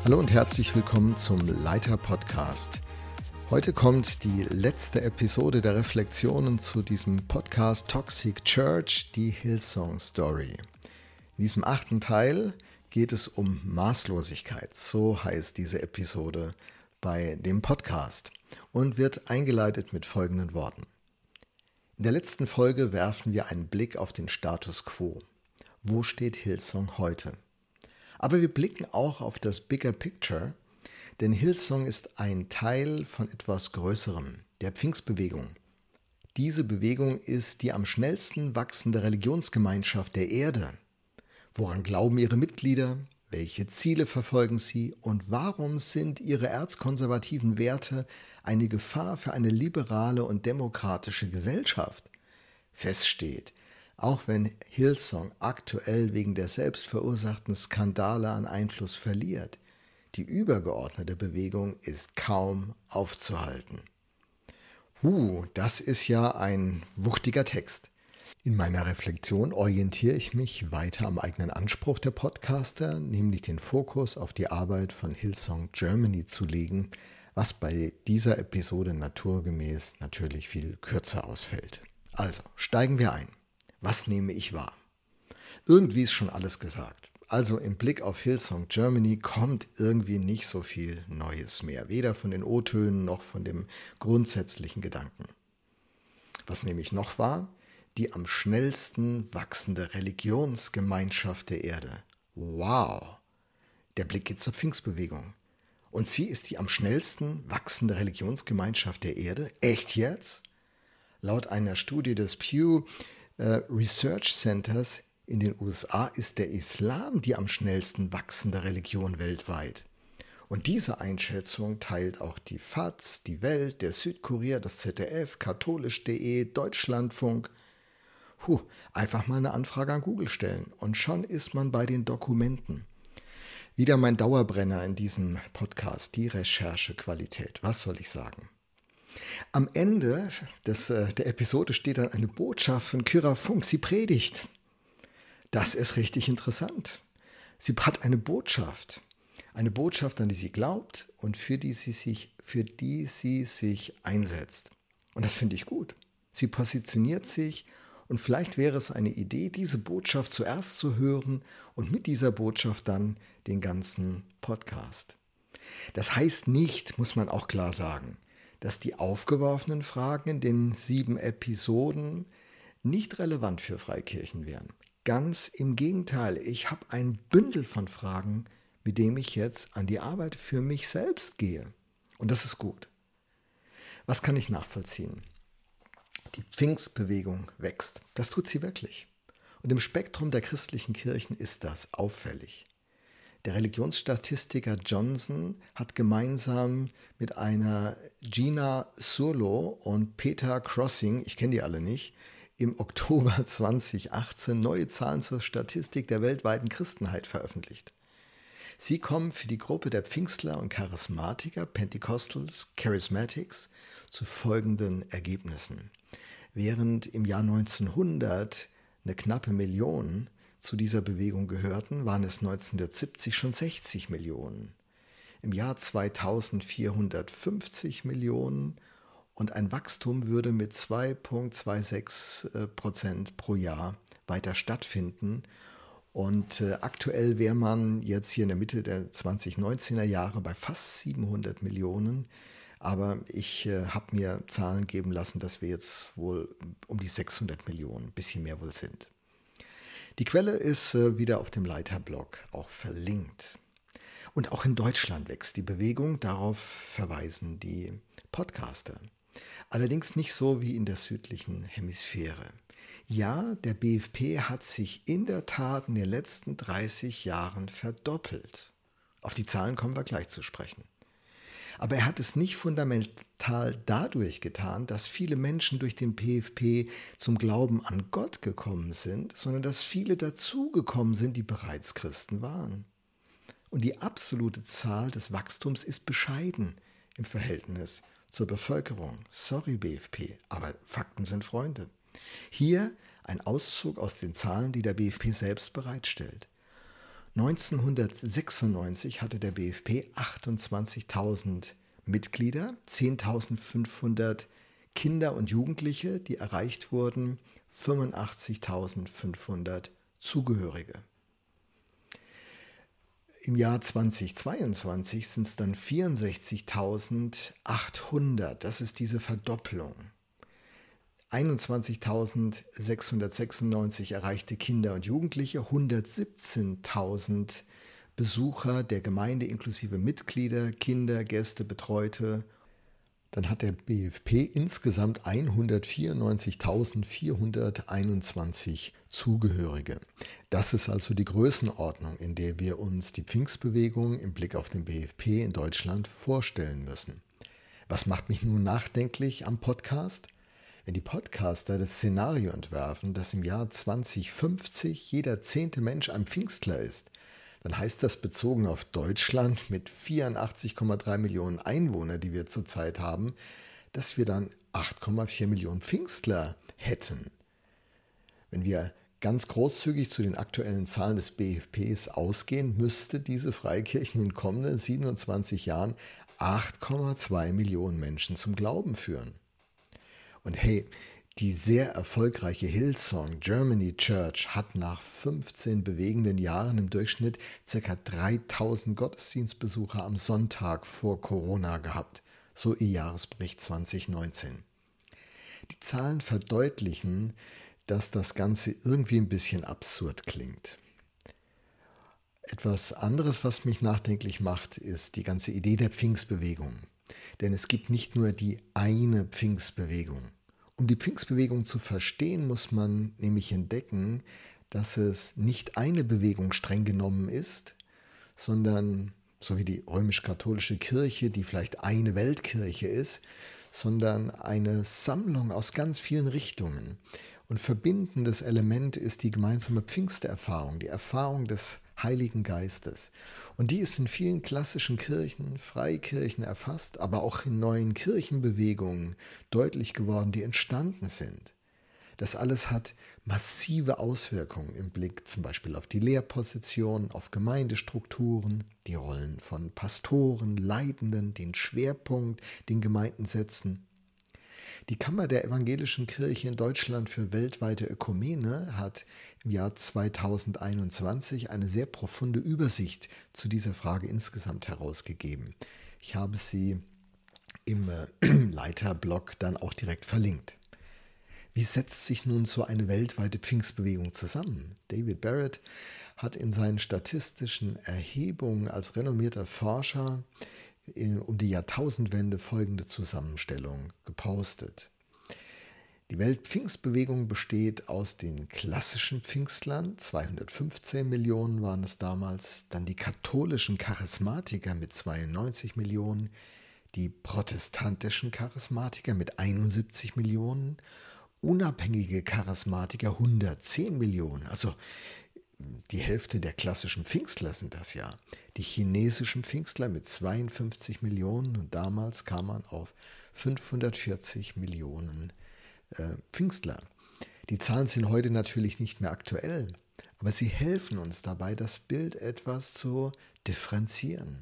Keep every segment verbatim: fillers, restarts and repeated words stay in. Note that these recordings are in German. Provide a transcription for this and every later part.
Hallo und herzlich willkommen zum Leiter-Podcast. Heute kommt die letzte Episode der Reflexionen zu diesem Podcast Toxic Church, die Hillsong Story. In diesem achten Teil geht es um Maßlosigkeit, so heißt diese Episode bei dem Podcast und wird eingeleitet mit folgenden Worten. In der letzten Folge werfen wir einen Blick auf den Status quo. Wo steht Hillsong heute? Aber wir blicken auch auf das Bigger Picture, denn Hillsong ist ein Teil von etwas Größerem, der Pfingstbewegung. Diese Bewegung ist die am schnellsten wachsende Religionsgemeinschaft der Erde. Woran glauben ihre Mitglieder? Welche Ziele verfolgen sie? Und warum sind ihre erzkonservativen Werte eine Gefahr für eine liberale und demokratische Gesellschaft? Fest steht, auch wenn Hillsong aktuell wegen der selbstverursachten Skandale an Einfluss verliert, die übergeordnete Bewegung ist kaum aufzuhalten. Huh, das ist ja ein wuchtiger Text. In meiner Reflexion orientiere ich mich weiter am eigenen Anspruch der Podcaster, nämlich den Fokus auf die Arbeit von Hillsong Germany zu legen, was bei dieser Episode naturgemäß natürlich viel kürzer ausfällt. Also, steigen wir ein. Was nehme ich wahr? Irgendwie ist schon alles gesagt. Also im Blick auf Hillsong Germany kommt irgendwie nicht so viel Neues mehr. Weder von den O-Tönen noch von dem grundsätzlichen Gedanken. Was nehme ich noch wahr? Die am schnellsten wachsende Religionsgemeinschaft der Erde. Wow! Der Blick geht zur Pfingstbewegung. Und sie ist die am schnellsten wachsende Religionsgemeinschaft der Erde? Echt jetzt? Laut einer Studie des Pew Research Centers in den U S A ist der Islam die am schnellsten wachsende Religion weltweit. Und diese Einschätzung teilt auch die F A Z, die Welt, der Südkurier, das Z D F, katholisch punkt de, Deutschlandfunk. Puh, einfach mal eine Anfrage an Google stellen und schon ist man bei den Dokumenten. Wieder mein Dauerbrenner in diesem Podcast, die Recherchequalität. Was soll ich sagen? Am Ende des, äh, der Episode steht dann eine Botschaft von Kyra Funk. Sie predigt. Das ist richtig interessant. Sie hat eine Botschaft. Eine Botschaft, an die sie glaubt und für die sie sich, für die sie sich einsetzt. Und das finde ich gut. Sie positioniert sich und vielleicht wäre es eine Idee, diese Botschaft zuerst zu hören und mit dieser Botschaft dann den ganzen Podcast. Das heißt nicht, muss man auch klar sagen, dass die aufgeworfenen Fragen in den sieben Episoden nicht relevant für Freikirchen wären. Ganz im Gegenteil, ich habe ein Bündel von Fragen, mit dem ich jetzt an die Arbeit für mich selbst gehe. Und das ist gut. Was kann ich nachvollziehen? Die Pfingstbewegung wächst. Das tut sie wirklich. Und im Spektrum der christlichen Kirchen ist das auffällig. Der Religionsstatistiker Johnson hat gemeinsam mit einer Gina Surlo und Peter Crossing, ich kenne die alle nicht, im Oktober zweitausendachtzehn neue Zahlen zur Statistik der weltweiten Christenheit veröffentlicht. Sie kommen für die Gruppe der Pfingstler und Charismatiker, Pentecostals, Charismatics, zu folgenden Ergebnissen. Während im Jahr neunzehnhundert eine knappe Million zu dieser Bewegung gehörten, waren es neunzehnhundertsiebzig schon sechzig Millionen. Im Jahr zweitausend vierhundertfünfzig Millionen und ein Wachstum würde mit zwei Komma sechsundzwanzig Prozent pro Jahr weiter stattfinden. Und äh, aktuell wäre man jetzt hier in der Mitte der zweitausendneunzehner Jahre bei fast siebenhundert Millionen. Aber ich äh, habe mir Zahlen geben lassen, dass wir jetzt wohl um die sechshundert Millionen, ein bisschen mehr wohl sind. Die Quelle ist äh, wieder auf dem Leiterblog auch verlinkt. Und auch in Deutschland wächst die Bewegung, darauf verweisen die Podcaster. Allerdings nicht so wie in der südlichen Hemisphäre. Ja, der B F P hat sich in der Tat in den letzten dreißig Jahren verdoppelt. Auf die Zahlen kommen wir gleich zu sprechen. Aber er hat es nicht fundamental dadurch getan, dass viele Menschen durch den P F P zum Glauben an Gott gekommen sind, sondern dass viele dazugekommen sind, die bereits Christen waren. Und die absolute Zahl des Wachstums ist bescheiden im Verhältnis zur Bevölkerung. Sorry B F P, aber Fakten sind Freunde. Hier ein Auszug aus den Zahlen, die der B F P selbst bereitstellt. neunzehnhundertsechsundneunzig hatte der B F P achtundzwanzigtausend Mitglieder, zehntausendfünfhundert Kinder und Jugendliche, die erreicht wurden, fünfundachtzigtausendfünfhundert Zugehörige. Im Jahr zweitausendzweiundzwanzig sind es dann vierundsechzigtausendachthundert. Das ist diese Verdopplung. einundzwanzigtausendsechshundertsechsundneunzig erreichte Kinder und Jugendliche, hundertsiebzehntausend Besucher der Gemeinde inklusive Mitglieder, Kinder, Gäste, Betreute. Dann hat der B F P insgesamt hundertvierundneunzigtausendvierhunderteinundzwanzig Zugehörige. Das ist also die Größenordnung, in der wir uns die Pfingstbewegung im Blick auf den B F P in Deutschland vorstellen müssen. Was macht mich nun nachdenklich am Podcast? Wenn die Podcaster das Szenario entwerfen, dass im Jahr zweitausendfünfzig jeder zehnte Mensch ein Pfingstler ist, dann heißt das bezogen auf Deutschland mit vierundachtzig Komma drei Millionen Einwohner, die wir zurzeit haben, dass wir dann acht Komma vier Millionen Pfingstler hätten. Wenn wir ganz großzügig zu den aktuellen Zahlen des B F Ps ausgehen, müsste diese Freikirche in den kommenden siebenundzwanzig Jahren acht Komma zwei Millionen Menschen zum Glauben führen. Und hey, die sehr erfolgreiche Hillsong Germany Church hat nach fünfzehn bewegenden Jahren im Durchschnitt ca. dreitausend Gottesdienstbesucher am Sonntag vor Corona gehabt, so ihr Jahresbericht zweitausendneunzehn. Die Zahlen verdeutlichen, dass das Ganze irgendwie ein bisschen absurd klingt. Etwas anderes, was mich nachdenklich macht, ist die ganze Idee der Pfingstbewegung. Denn es gibt nicht nur die eine Pfingstbewegung. Um die Pfingstbewegung zu verstehen, muss man nämlich entdecken, dass es nicht eine Bewegung streng genommen ist, sondern, so wie die römisch-katholische Kirche, die vielleicht eine Weltkirche ist, sondern eine Sammlung aus ganz vielen Richtungen. Und verbindendes Element ist die gemeinsame Pfingsterfahrung, die Erfahrung des Heiligen Geistes. Und die ist in vielen klassischen Kirchen, Freikirchen erfasst, aber auch in neuen Kirchenbewegungen deutlich geworden, die entstanden sind. Das alles hat massive Auswirkungen im Blick zum Beispiel auf die Lehrpositionen, auf Gemeindestrukturen, die Rollen von Pastoren, Leitenden, den Schwerpunkt, den Gemeinden setzen. Die Kammer der Evangelischen Kirche in Deutschland für weltweite Ökumene hat im Jahr zweitausendeinundzwanzig eine sehr profunde Übersicht zu dieser Frage insgesamt herausgegeben. Ich habe sie im Leiterblog dann auch direkt verlinkt. Wie setzt sich nun so eine weltweite Pfingstbewegung zusammen? David Barrett hat in seinen statistischen Erhebungen als renommierter Forscher um die Jahrtausendwende folgende Zusammenstellung gepostet. Die Weltpfingstbewegung besteht aus den klassischen Pfingstlern, zweihundertfünfzehn Millionen waren es damals, dann die katholischen Charismatiker mit zweiundneunzig Millionen, die protestantischen Charismatiker mit einundsiebzig Millionen, unabhängige Charismatiker hundertzehn Millionen, also die Hälfte der klassischen Pfingstler sind das ja. Die chinesischen Pfingstler mit zweiundfünfzig Millionen und damals kam man auf fünfhundertvierzig Millionen äh, Pfingstler. Die Zahlen sind heute natürlich nicht mehr aktuell, aber sie helfen uns dabei, das Bild etwas zu differenzieren.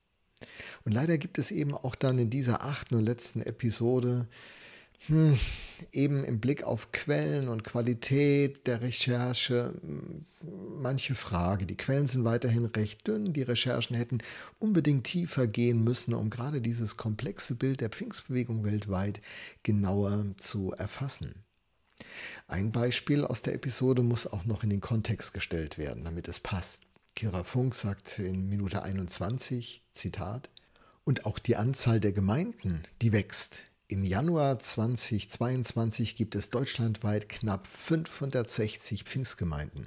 Und leider gibt es eben auch dann in dieser achten und letzten Episode Hm, eben im Blick auf Quellen und Qualität der Recherche manche Frage. Die Quellen sind weiterhin recht dünn. Die Recherchen hätten unbedingt tiefer gehen müssen, um gerade dieses komplexe Bild der Pfingstbewegung weltweit genauer zu erfassen. Ein Beispiel aus der Episode muss auch noch in den Kontext gestellt werden, damit es passt. Kira Funk sagt in Minute einundzwanzig, Zitat, und auch die Anzahl der Gemeinden, die wächst. Im Januar zweitausendzweiundzwanzig gibt es deutschlandweit knapp fünfhundertsechzig Pfingstgemeinden.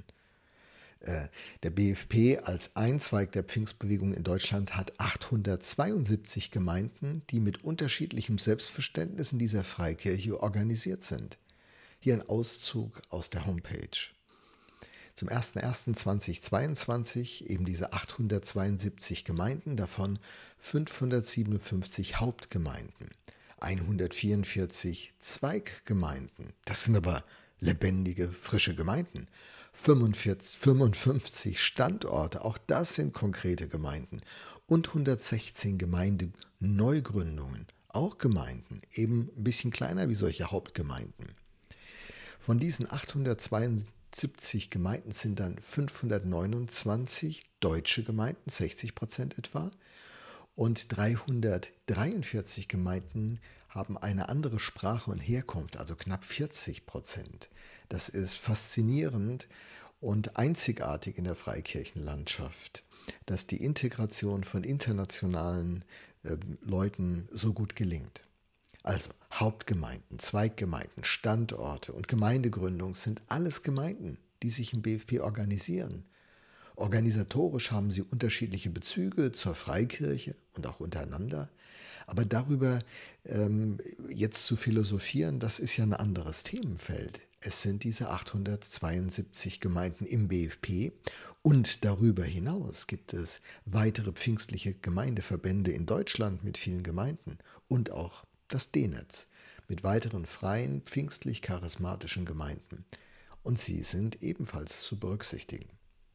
Äh, der B F P als Einzweig der Pfingstbewegung in Deutschland hat achthundertzweiundsiebzig Gemeinden, die mit unterschiedlichem Selbstverständnis in dieser Freikirche organisiert sind. Hier ein Auszug aus der Homepage. Zum ersten ersten zweitausendzweiundzwanzig eben diese achthundertzweiundsiebzig Gemeinden, davon fünfhundertsiebenundfünfzig Hauptgemeinden. hundertvierundvierzig Zweiggemeinden. Das sind aber lebendige, frische Gemeinden. fünfundvierzig, fünfundfünfzig Standorte, auch das sind konkrete Gemeinden. Und hundertsechzehn Gemeindeneugründungen, auch Gemeinden, eben ein bisschen kleiner wie solche Hauptgemeinden. Von diesen achthundertzweiundsiebzig Gemeinden sind dann fünfhundertneunundzwanzig deutsche Gemeinden, sechzig Prozent etwa, und dreihundertdreiundvierzig Gemeinden haben eine andere Sprache und Herkunft, also knapp vierzig Prozent. Das ist faszinierend und einzigartig in der Freikirchenlandschaft, dass die Integration von internationalen äh, Leuten so gut gelingt. Also Hauptgemeinden, Zweiggemeinden, Standorte und Gemeindegründung sind alles Gemeinden, die sich im B F P organisieren. Organisatorisch haben sie unterschiedliche Bezüge zur Freikirche und auch untereinander. Aber darüber ähm, jetzt zu philosophieren, das ist ja ein anderes Themenfeld. Es sind diese achthundertzweiundsiebzig Gemeinden im B F P und darüber hinaus gibt es weitere pfingstliche Gemeindeverbände in Deutschland mit vielen Gemeinden und auch das D-Netz mit weiteren freien, pfingstlich-charismatischen Gemeinden. Und sie sind ebenfalls zu berücksichtigen.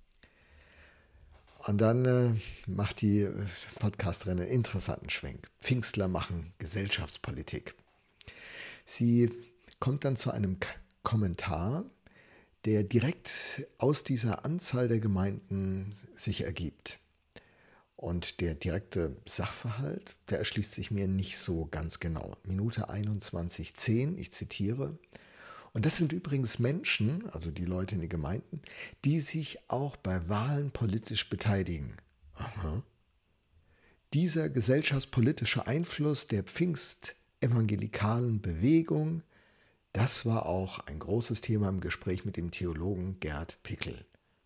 Und dann äh, macht die Podcasterin einen interessanten Schwenk. Pfingstler machen Gesellschaftspolitik. Sie kommt dann zu einem K- Kommentar, der direkt aus dieser Anzahl der Gemeinden sich ergibt. Und der direkte Sachverhalt, der erschließt sich mir nicht so ganz genau. Minute einundzwanzig zehn, ich zitiere. Und das sind übrigens Menschen, also die Leute in den Gemeinden, die sich auch bei Wahlen politisch beteiligen. Aha. Dieser gesellschaftspolitische Einfluss der pfingstevangelikalen Bewegung, das war auch ein großes Thema im Gespräch mit dem Theologen Gerd Pickel.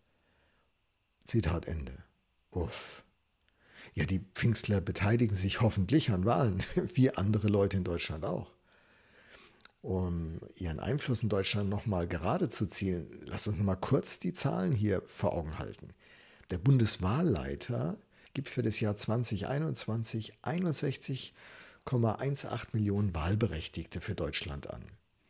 Zitat Ende. Uff. Ja, die Pfingstler beteiligen sich hoffentlich an Wahlen, wie andere Leute in Deutschland auch. Um ihren Einfluss in Deutschland nochmal gerade zu ziehen, lasst uns mal kurz die Zahlen hier vor Augen halten. Der Bundeswahlleiter gibt für das Jahr zwanzig einundzwanzig einundsechzig Komma achtzehn Millionen Wahlberechtigte für Deutschland an.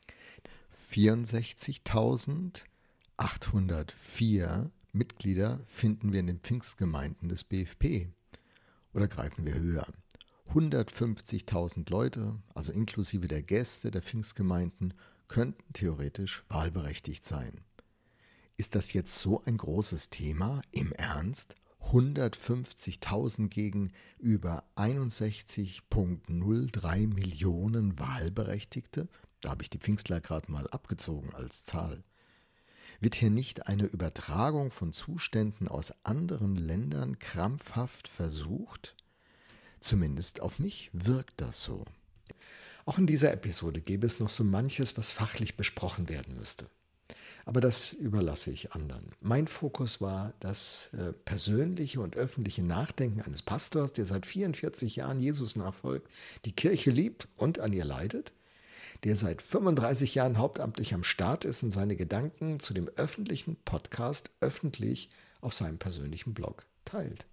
vierundsechzigtausendachthundertvier Mitglieder finden wir in den Pfingstgemeinden des B F P. Oder greifen wir höher? hundertfünfzigtausend Leute, also inklusive der Gäste der Pfingstgemeinden, könnten theoretisch wahlberechtigt sein. Ist das jetzt so ein großes Thema? Im Ernst? hundertfünfzigtausend gegen über einundsechzig Komma null drei Millionen Wahlberechtigte? Da habe ich die Pfingstler gerade mal abgezogen als Zahl. Wird hier nicht eine Übertragung von Zuständen aus anderen Ländern krampfhaft versucht? Zumindest auf mich wirkt das so. Auch in dieser Episode gäbe es noch so manches, was fachlich besprochen werden müsste. Aber das überlasse ich anderen. Mein Fokus war das äh, persönliche und öffentliche Nachdenken eines Pastors, der seit vierundvierzig Jahren Jesus nachfolgt, die Kirche liebt und an ihr leidet, der seit fünfunddreißig Jahren hauptamtlich am Start ist und seine Gedanken zu dem öffentlichen Podcast öffentlich auf seinem persönlichen Blog teilt.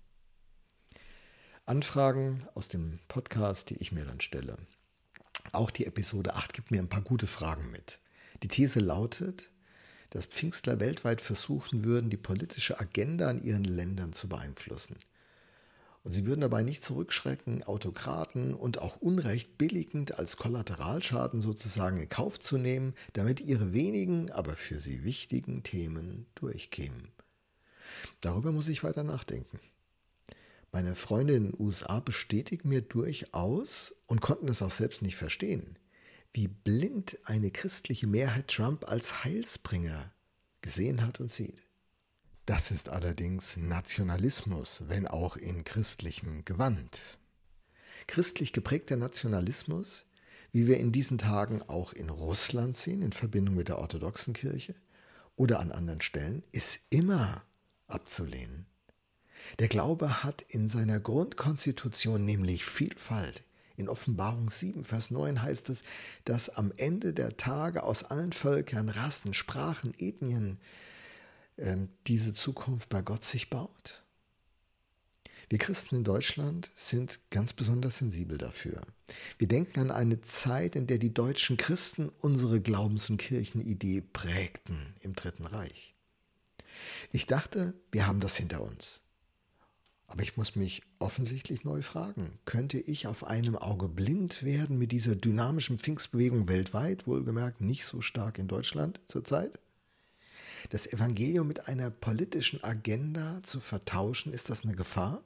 Anfragen aus dem Podcast, die ich mir dann stelle. Auch die Episode acht gibt mir ein paar gute Fragen mit. Die These lautet, dass Pfingstler weltweit versuchen würden, die politische Agenda in ihren Ländern zu beeinflussen. Und sie würden dabei nicht zurückschrecken, Autokraten und auch Unrecht billigend als Kollateralschaden sozusagen in Kauf zu nehmen, damit ihre wenigen, aber für sie wichtigen Themen durchkämen. Darüber muss ich weiter nachdenken. Meine Freunde in den U S A bestätigen mir durchaus und konnten es auch selbst nicht verstehen, wie blind eine christliche Mehrheit Trump als Heilsbringer gesehen hat und sieht. Das ist allerdings Nationalismus, wenn auch in christlichem Gewand. Christlich geprägter Nationalismus, wie wir in diesen Tagen auch in Russland sehen, in Verbindung mit der orthodoxen Kirche oder an anderen Stellen, ist immer abzulehnen. Der Glaube hat in seiner Grundkonstitution nämlich Vielfalt. In Offenbarung sieben, Vers neun heißt es, dass am Ende der Tage aus allen Völkern, Rassen, Sprachen, Ethnien äh, diese Zukunft bei Gott sich baut. Wir Christen in Deutschland sind ganz besonders sensibel dafür. Wir denken an eine Zeit, in der die deutschen Christen unsere Glaubens- und Kirchenidee prägten im Dritten Reich. Ich dachte, wir haben das hinter uns. Aber ich muss mich offensichtlich neu fragen, könnte ich auf einem Auge blind werden mit dieser dynamischen Pfingstbewegung weltweit, wohlgemerkt nicht so stark in Deutschland zurzeit? Das Evangelium mit einer politischen Agenda zu vertauschen, ist das eine Gefahr?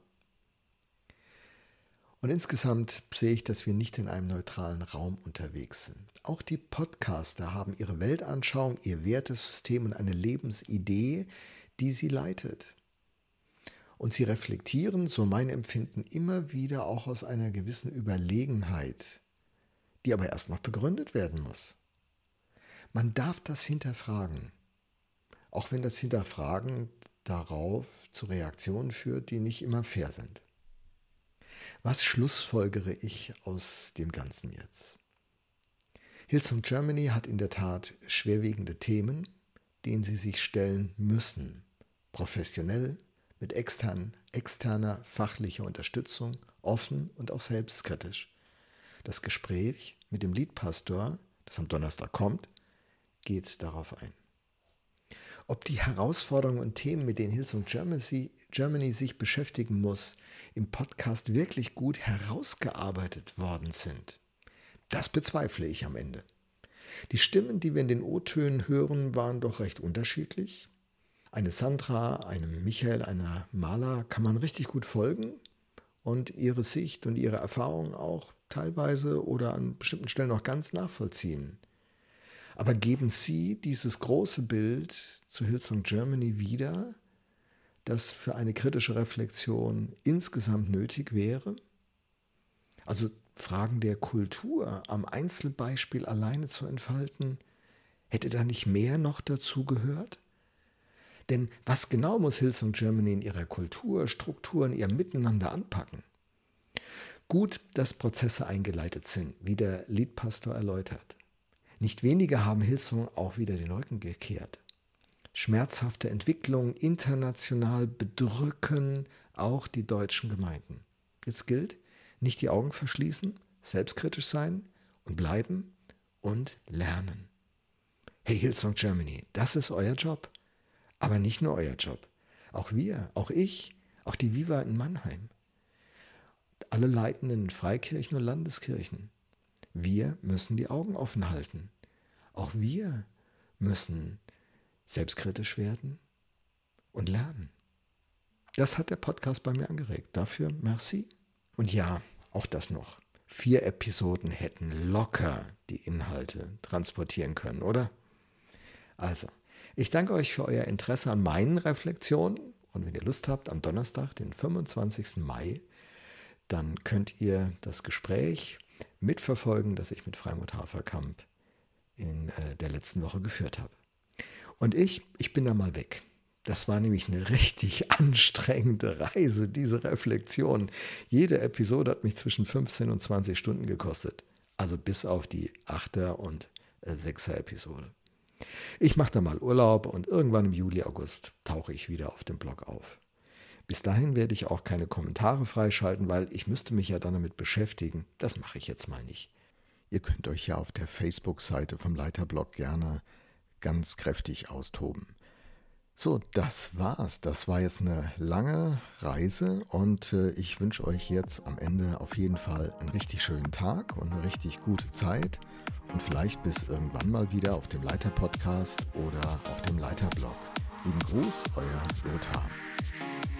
Und insgesamt sehe ich, dass wir nicht in einem neutralen Raum unterwegs sind. Auch die Podcaster haben ihre Weltanschauung, ihr Wertesystem und eine Lebensidee, die sie leitet. Und sie reflektieren, so mein Empfinden, immer wieder auch aus einer gewissen Überlegenheit, die aber erst noch begründet werden muss. Man darf das hinterfragen, auch wenn das Hinterfragen darauf zu Reaktionen führt, die nicht immer fair sind. Was schlussfolgere ich aus dem Ganzen jetzt? Hillsong Germany hat in der Tat schwerwiegende Themen, denen sie sich stellen müssen, professionell, mit extern, externer fachlicher Unterstützung, offen und auch selbstkritisch. Das Gespräch mit dem Leadpastor, das am Donnerstag kommt, geht darauf ein. Ob die Herausforderungen und Themen, mit denen Hillsong Germany, Germany sich beschäftigen muss, im Podcast wirklich gut herausgearbeitet worden sind, das bezweifle ich am Ende. Die Stimmen, die wir in den O-Tönen hören, waren doch recht unterschiedlich. Eine Sandra, einem Michael, einer Maler kann man richtig gut folgen und ihre Sicht und ihre Erfahrungen auch teilweise oder an bestimmten Stellen noch ganz nachvollziehen. Aber geben Sie dieses große Bild zu Hillsong Germany wieder, das für eine kritische Reflexion insgesamt nötig wäre? Also Fragen der Kultur am Einzelbeispiel alleine zu entfalten, hätte da nicht mehr noch dazu gehört? Denn was genau muss Hillsong Germany in ihrer Kultur, Strukturen, ihrem Miteinander anpacken? Gut, dass Prozesse eingeleitet sind, wie der Leadpastor erläutert. Nicht wenige haben Hillsong auch wieder den Rücken gekehrt. Schmerzhafte Entwicklungen international bedrücken auch die deutschen Gemeinden. Jetzt gilt, nicht die Augen verschließen, selbstkritisch sein und bleiben und lernen. Hey Hillsong Germany, das ist euer Job. Aber nicht nur euer Job. Auch wir, auch ich, auch die Viva in Mannheim. Alle leitenden Freikirchen und Landeskirchen. Wir müssen die Augen offen halten. Auch wir müssen selbstkritisch werden und lernen. Das hat der Podcast bei mir angeregt. Dafür merci. Und ja, auch das noch. Vier Episoden hätten locker die Inhalte transportieren können, oder? Also, ich danke euch für euer Interesse an meinen Reflexionen. Und wenn ihr Lust habt, am Donnerstag, den fünfundzwanzigsten Mai, dann könnt ihr das Gespräch mitverfolgen, das ich mit Freimut Haferkamp in äh, der letzten Woche geführt habe. Und ich, ich bin da mal weg. Das war nämlich eine richtig anstrengende Reise, diese Reflexion. Jede Episode hat mich zwischen fünfzehn und zwanzig Stunden gekostet. Also bis auf die achter und äh, sechser Episode. Ich mache da mal Urlaub und irgendwann im Juli, August tauche ich wieder auf dem Blog auf. Bis dahin werde ich auch keine Kommentare freischalten, weil ich müsste mich ja dann damit beschäftigen. Das mache ich jetzt mal nicht. Ihr könnt euch ja auf der Facebook-Seite vom Leiterblog gerne ganz kräftig austoben. So, das war's. Das war jetzt eine lange Reise und äh, ich wünsche euch jetzt am Ende auf jeden Fall einen richtig schönen Tag und eine richtig gute Zeit und vielleicht bis irgendwann mal wieder auf dem Leiter-Podcast oder auf dem Leiterblog. Lieben Gruß, euer Lothar.